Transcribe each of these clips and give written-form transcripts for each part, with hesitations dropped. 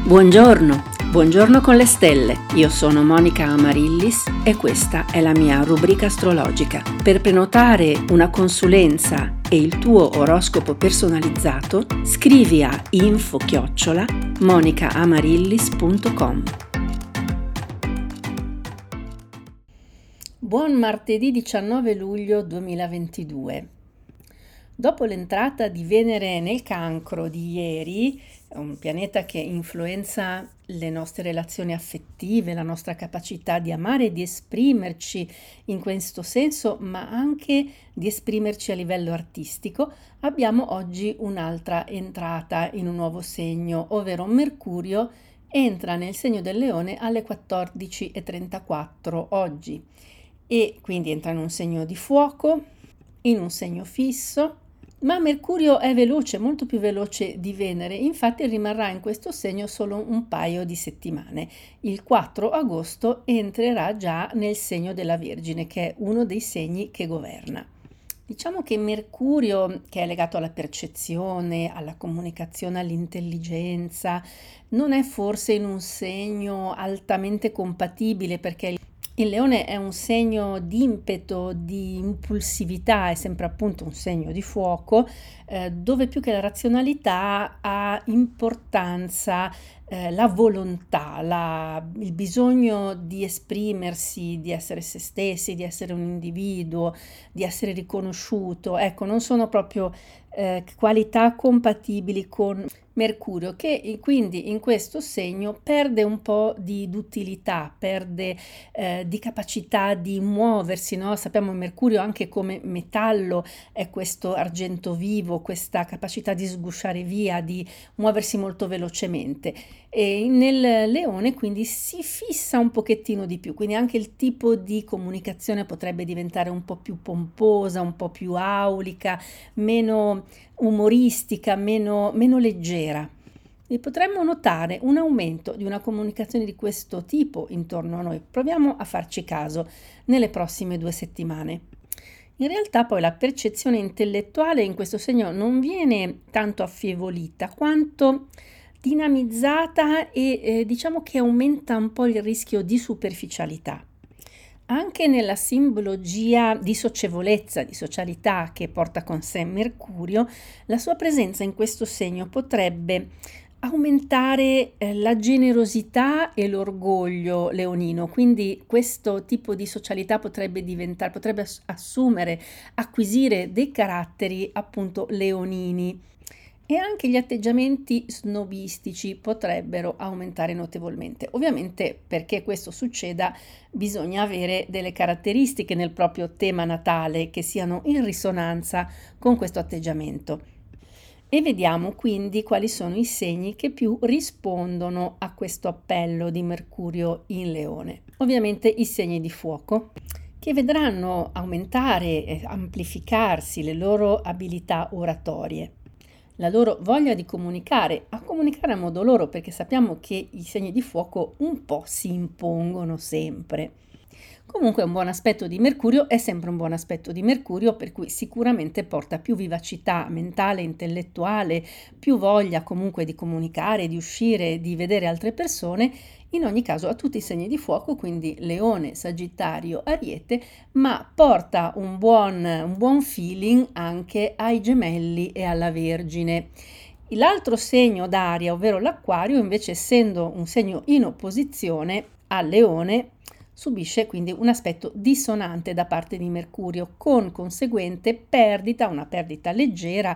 Buongiorno, buongiorno con le stelle. Io sono Monica Amarillis e questa è la mia rubrica astrologica. Per prenotare una consulenza e il tuo oroscopo personalizzato, scrivi a info@monicamarillis.com. Buon martedì 19 luglio 2022. Dopo l'entrata di Venere nel Cancro di ieri, un pianeta che influenza le nostre relazioni affettive, la nostra capacità di amare e di esprimerci in questo senso, ma anche di esprimerci a livello artistico, abbiamo oggi un'altra entrata in un nuovo segno, ovvero Mercurio entra nel segno del Leone alle 14:34 oggi e quindi entra in un segno di fuoco, in un segno fisso. Ma Mercurio è veloce, molto più veloce di Venere, infatti rimarrà in questo segno solo un paio di settimane. Il 4 agosto entrerà già nel segno della Vergine, che è uno dei segni che governa. Diciamo che Mercurio, che è legato alla percezione, alla comunicazione, all'intelligenza, non è forse in un segno altamente compatibile perché il Leone è un segno di impeto, di impulsività, è sempre appunto un segno di fuoco, dove più che la razionalità ha importanza la volontà, il bisogno di esprimersi, di essere se stessi, di essere un individuo, di essere riconosciuto. Ecco, non sono proprio qualità compatibili con Mercurio, che quindi in questo segno perde un po' di duttilità, perde di capacità di muoversi, no? Sappiamo Mercurio anche come metallo è questo argento vivo, questa capacità di sgusciare via, di muoversi molto velocemente. E nel Leone quindi si fissa un pochettino di più, quindi anche il tipo di comunicazione potrebbe diventare un po' più pomposa, un po' più aulica, meno umoristica, meno leggera. E potremmo notare un aumento di una comunicazione di questo tipo intorno a noi. Proviamo a farci caso nelle prossime 2 settimane. In realtà poi la percezione intellettuale in questo segno non viene tanto affievolita quanto dinamizzata e diciamo che aumenta un po' il rischio di superficialità. Anche nella simbologia di socievolezza, di socialità che porta con sé Mercurio, la sua presenza in questo segno potrebbe aumentare la generosità e l'orgoglio leonino, quindi questo tipo di socialità potrebbe assumere, acquisire dei caratteri appunto leonini. E anche gli atteggiamenti snobistici potrebbero aumentare notevolmente. Ovviamente perché questo succeda bisogna avere delle caratteristiche nel proprio tema natale che siano in risonanza con questo atteggiamento. E vediamo quindi quali sono i segni che più rispondono a questo appello di Mercurio in Leone. Ovviamente i segni di fuoco, che vedranno aumentare e amplificarsi le loro abilità oratorie, la loro voglia di comunicare, a comunicare a modo loro, perché sappiamo che i segni di fuoco un po' si impongono sempre. Comunque un buon aspetto di Mercurio è sempre un buon aspetto di Mercurio, per cui sicuramente porta più vivacità mentale, intellettuale, più voglia comunque di comunicare, di uscire, di vedere altre persone, in ogni caso a tutti i segni di fuoco, quindi Leone, Sagittario, Ariete, ma porta un buon feeling anche ai Gemelli e alla Vergine. L'altro segno d'aria, ovvero l'Acquario, invece essendo un segno in opposizione al Leone, subisce quindi un aspetto dissonante da parte di Mercurio, con conseguente una perdita leggera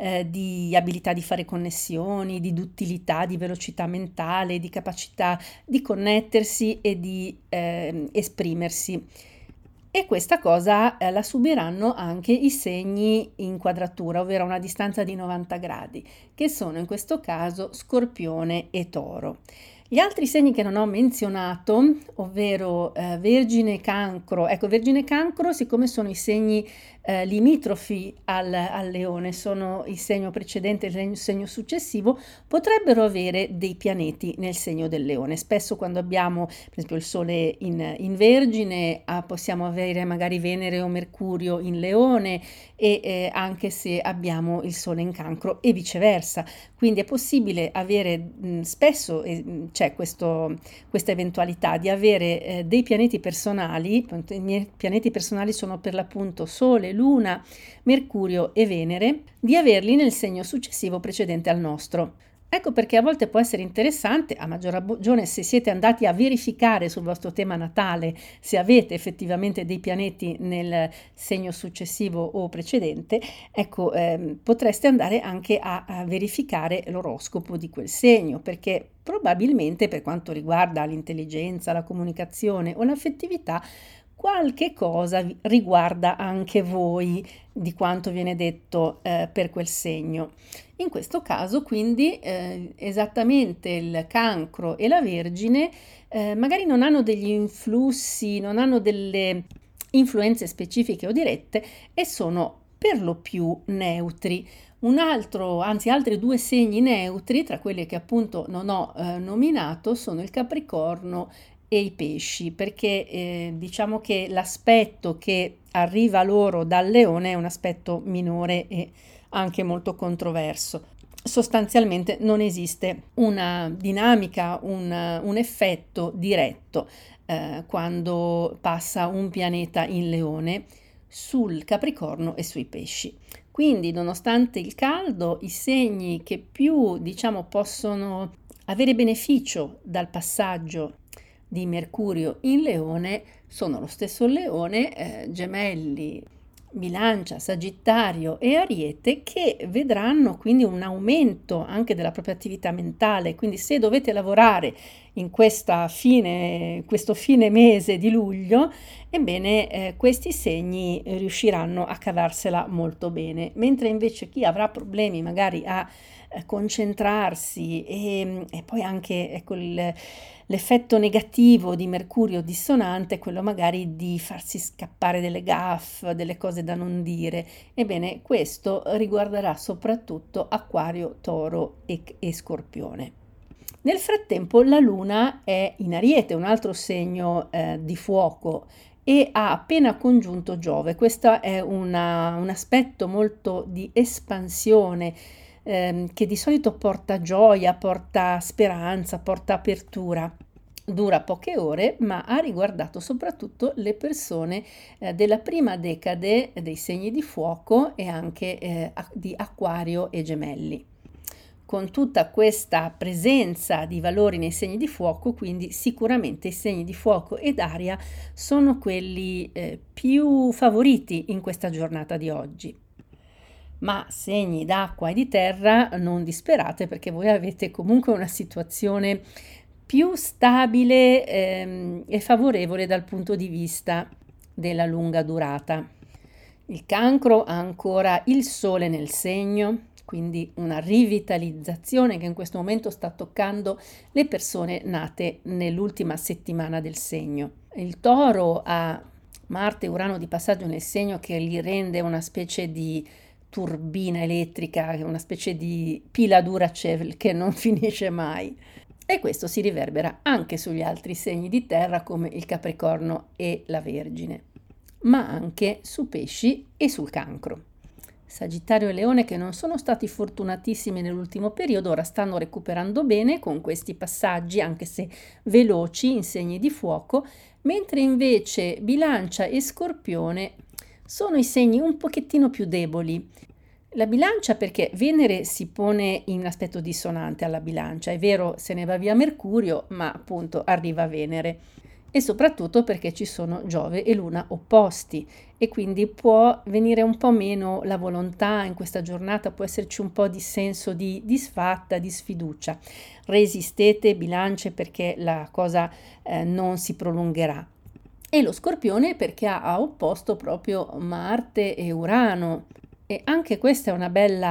di abilità di fare connessioni, di duttilità, di velocità mentale, di capacità di connettersi e di esprimersi. E questa cosa la subiranno anche i segni in quadratura, ovvero a una distanza di 90 gradi, che sono in questo caso Scorpione e Toro. Gli altri segni che non ho menzionato, ovvero Vergine e Cancro, ecco, Vergine e Cancro, siccome sono i segni limitrofi al Leone, sono il segno precedente e il segno successivo, potrebbero avere dei pianeti nel segno del Leone. Spesso quando abbiamo, per esempio, il Sole in Vergine, possiamo avere magari Venere o Mercurio in Leone, e anche se abbiamo il Sole in Cancro e viceversa. Quindi è possibile avere spesso c'è questa eventualità di avere dei pianeti personali. I miei pianeti personali sono per l'appunto Sole, Luna, Mercurio e Venere, di averli nel segno successivo precedente al nostro. Ecco perché a volte può essere interessante, a maggior ragione se siete andati a verificare sul vostro tema natale se avete effettivamente dei pianeti nel segno successivo o precedente, ecco, potreste andare anche a verificare l'oroscopo di quel segno, perché probabilmente per quanto riguarda l'intelligenza, la comunicazione o l'affettività, qualche cosa riguarda anche voi di quanto viene detto per quel segno. In questo caso, quindi, esattamente il Cancro e la Vergine magari non hanno degli influssi, non hanno delle influenze specifiche o dirette e sono per lo più neutri. Altri due segni neutri, tra quelli che appunto non ho nominato, sono il Capricorno e i Pesci, perché diciamo che l'aspetto che arriva loro dal Leone è un aspetto minore e anche molto controverso. Sostanzialmente non esiste una dinamica, un effetto diretto quando passa un pianeta in Leone sul Capricorno e sui Pesci. Quindi, nonostante il caldo, i segni che più, diciamo, possono avere beneficio dal passaggio di Mercurio in Leone sono lo stesso Leone, Gemelli, Bilancia, Sagittario e Ariete, che vedranno quindi un aumento anche della propria attività mentale. Quindi se dovete lavorare in questo fine mese di luglio, ebbene questi segni riusciranno a cavarsela molto bene, mentre invece chi avrà problemi magari a concentrarsi e poi anche ecco, l'effetto negativo di Mercurio dissonante è quello magari di farsi scappare delle gaffe, delle cose da non dire. Ebbene, questo riguarderà soprattutto Acquario, Toro e Scorpione. Nel frattempo la Luna è in Ariete, un altro segno di fuoco, e ha appena congiunto Giove. Questo è un aspetto molto di espansione, che di solito porta gioia, porta speranza, porta apertura. Dura poche ore, ma ha riguardato soprattutto le persone della prima decade dei segni di fuoco e anche di Acquario e Gemelli. Con tutta questa presenza di valori nei segni di fuoco, quindi sicuramente i segni di fuoco ed aria sono quelli più favoriti in questa giornata di oggi. Ma segni d'acqua e di terra non disperate, perché voi avete comunque una situazione più stabile e favorevole dal punto di vista della lunga durata. Il Cancro ha ancora il Sole nel segno, quindi una rivitalizzazione che in questo momento sta toccando le persone nate nell'ultima settimana del segno. Il Toro ha Marte e Urano di passaggio nel segno, che gli rende una specie di turbina elettrica, una specie di pila Duracell che non finisce mai. E questo si riverbera anche sugli altri segni di terra come il Capricorno e la Vergine, ma anche su Pesci e sul Cancro. Sagittario e Leone, che non sono stati fortunatissimi nell'ultimo periodo, ora stanno recuperando bene con questi passaggi, anche se veloci, in segni di fuoco, mentre invece Bilancia e Scorpione sono i segni un pochettino più deboli. La Bilancia perché Venere si pone in aspetto dissonante alla Bilancia, è vero, se ne va via Mercurio, ma appunto arriva Venere. E soprattutto perché ci sono Giove e Luna opposti e quindi può venire un po' meno la volontà in questa giornata, può esserci un po' di senso di disfatta, di sfiducia. Resistete, Bilance, perché la cosa non si prolungherà. E lo Scorpione perché ha opposto proprio Marte e Urano. E anche questa è una bella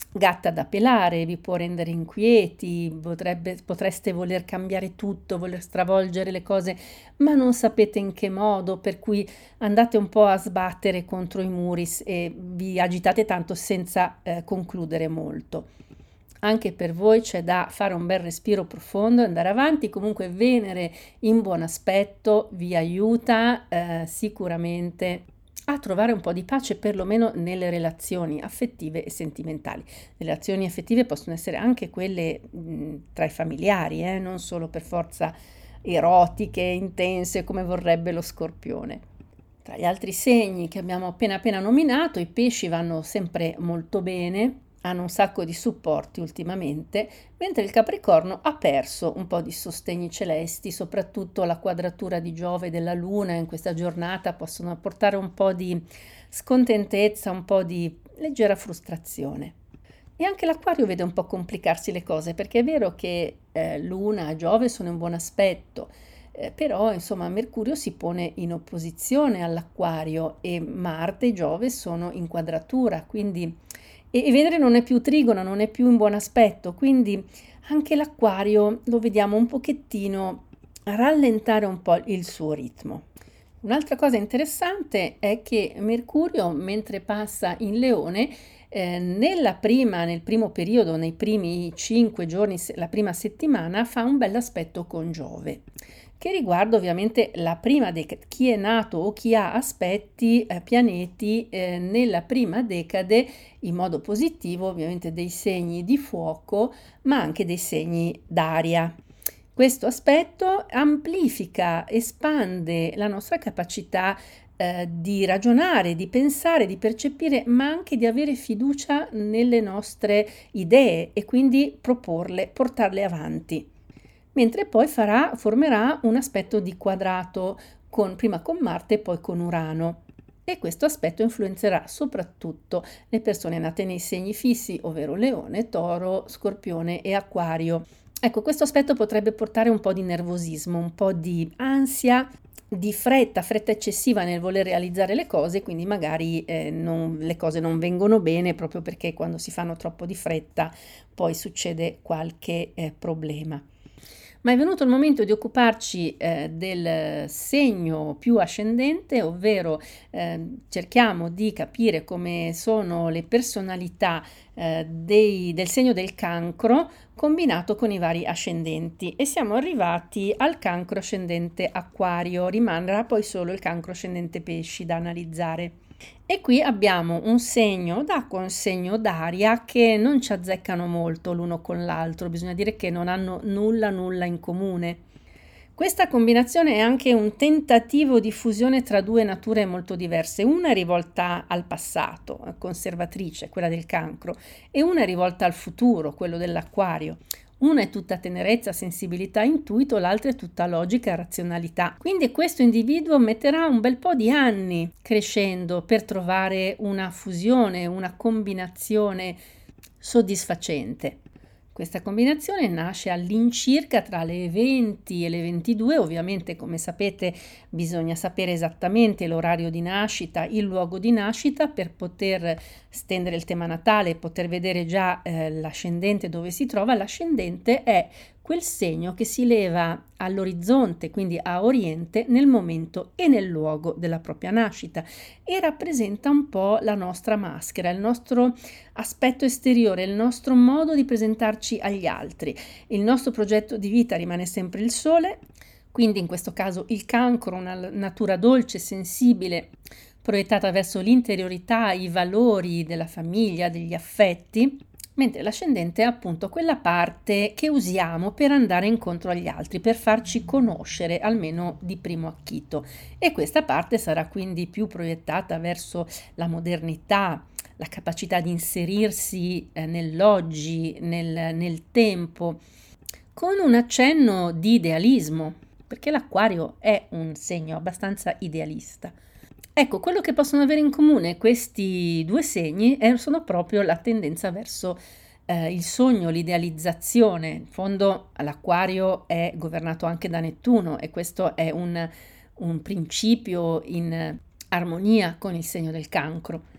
gatta da pelare, vi può rendere inquieti, potreste voler cambiare tutto, voler stravolgere le cose, ma non sapete in che modo, per cui andate un po' a sbattere contro i muri e vi agitate tanto senza concludere molto. Anche per voi c'è da fare un bel respiro profondo e andare avanti. Comunque Venere in buon aspetto vi aiuta sicuramente a trovare un po' di pace, perlomeno nelle relazioni affettive e sentimentali. Le relazioni affettive possono essere anche quelle tra i familiari, non solo per forza erotiche, intense come vorrebbe lo Scorpione. Tra gli altri segni che abbiamo appena nominato, i pesci vanno sempre molto bene, hanno un sacco di supporti ultimamente, mentre il Capricorno ha perso un po' di sostegni celesti, soprattutto la quadratura di Giove e della Luna in questa giornata possono portare un po' di scontentezza, un po' di leggera frustrazione. E anche l'Acquario vede un po' complicarsi le cose, perché è vero che Luna e Giove sono in buon aspetto, però insomma Mercurio si pone in opposizione all'Acquario e Marte e Giove sono in quadratura, quindi e Venere non è più trigono, non è più in buon aspetto, quindi anche l'Acquario lo vediamo un pochettino rallentare un po' il suo ritmo. Un'altra cosa interessante è che Mercurio, mentre passa in Leone, nel primo periodo, nei primi 5 giorni, la prima settimana, fa un bel aspetto con Giove, che riguarda ovviamente la prima decade, chi è nato o chi ha aspetti, pianeti nella prima decade in modo positivo, ovviamente dei segni di fuoco, ma anche dei segni d'aria. Questo aspetto amplifica, espande la nostra capacità di ragionare, di pensare, di percepire, ma anche di avere fiducia nelle nostre idee e quindi proporle, portarle avanti. Mentre poi formerà un aspetto di quadrato prima con Marte e poi con Urano. E questo aspetto influenzerà soprattutto le persone nate nei segni fissi, ovvero Leone, Toro, Scorpione e Acquario. Ecco, questo aspetto potrebbe portare un po' di nervosismo, un po' di ansia, di fretta eccessiva nel voler realizzare le cose, quindi magari le cose non vengono bene proprio perché quando si fanno troppo di fretta poi succede qualche problema. Ma è venuto il momento di occuparci del segno più ascendente, ovvero cerchiamo di capire come sono le personalità del segno del Cancro combinato con i vari ascendenti e siamo arrivati al Cancro ascendente Acquario, rimarrà poi solo il Cancro ascendente Pesci da analizzare. E qui abbiamo un segno d'acqua e un segno d'aria che non ci azzeccano molto l'uno con l'altro, bisogna dire che non hanno nulla in comune. Questa combinazione è anche un tentativo di fusione tra due nature molto diverse, una è rivolta al passato, conservatrice, quella del Cancro, e una è rivolta al futuro, quello dell'Acquario. Una è tutta tenerezza, sensibilità, intuito, l'altra è tutta logica e razionalità. Quindi questo individuo metterà un bel po' di anni crescendo per trovare una fusione, una combinazione soddisfacente. Questa combinazione nasce all'incirca tra le 20 e le 22, ovviamente come sapete bisogna sapere esattamente l'orario di nascita, il luogo di nascita per poter stendere il tema natale, poter vedere già l'ascendente dove si trova. L'ascendente è quel segno che si leva all'orizzonte, quindi a oriente, nel momento e nel luogo della propria nascita e rappresenta un po' la nostra maschera, il nostro aspetto esteriore, il nostro modo di presentarci agli altri. Il nostro progetto di vita rimane sempre il sole, quindi in questo caso il Cancro, una natura dolce, sensibile, proiettata verso l'interiorità, i valori della famiglia, degli affetti, mentre l'ascendente è appunto quella parte che usiamo per andare incontro agli altri, per farci conoscere almeno di primo acchito. E questa parte sarà quindi più proiettata verso la modernità, la capacità di inserirsi nell'oggi, nel tempo, con un accenno di idealismo, perché l'Acquario è un segno abbastanza idealista. Ecco, quello che possono avere in comune questi due segni sono proprio la tendenza verso il sogno, l'idealizzazione. In fondo l'Acquario è governato anche da Nettuno e questo è un principio in armonia con il segno del Cancro.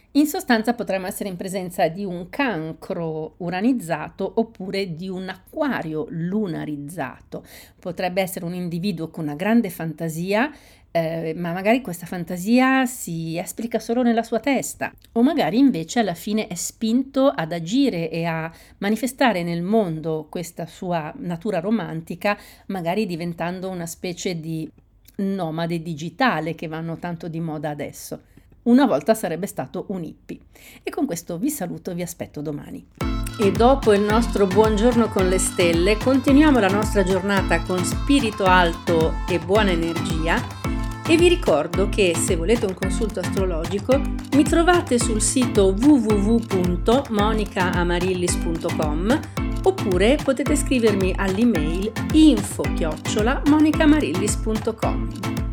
In sostanza potremmo essere in presenza di un cancro uranizzato oppure di un acquario lunarizzato. Potrebbe essere un individuo con una grande fantasia, ma magari questa fantasia si esplica solo nella sua testa, o magari invece alla fine è spinto ad agire e a manifestare nel mondo questa sua natura romantica, magari diventando una specie di nomade digitale che vanno tanto di moda adesso. Una volta sarebbe stato un hippie. E con questo vi saluto e vi aspetto domani. E dopo il nostro buongiorno con le stelle, continuiamo la nostra giornata con spirito alto e buona energia. E vi ricordo che se volete un consulto astrologico mi trovate sul sito www.monicaamarillis.com oppure potete scrivermi all'email info@monicamarillis.com.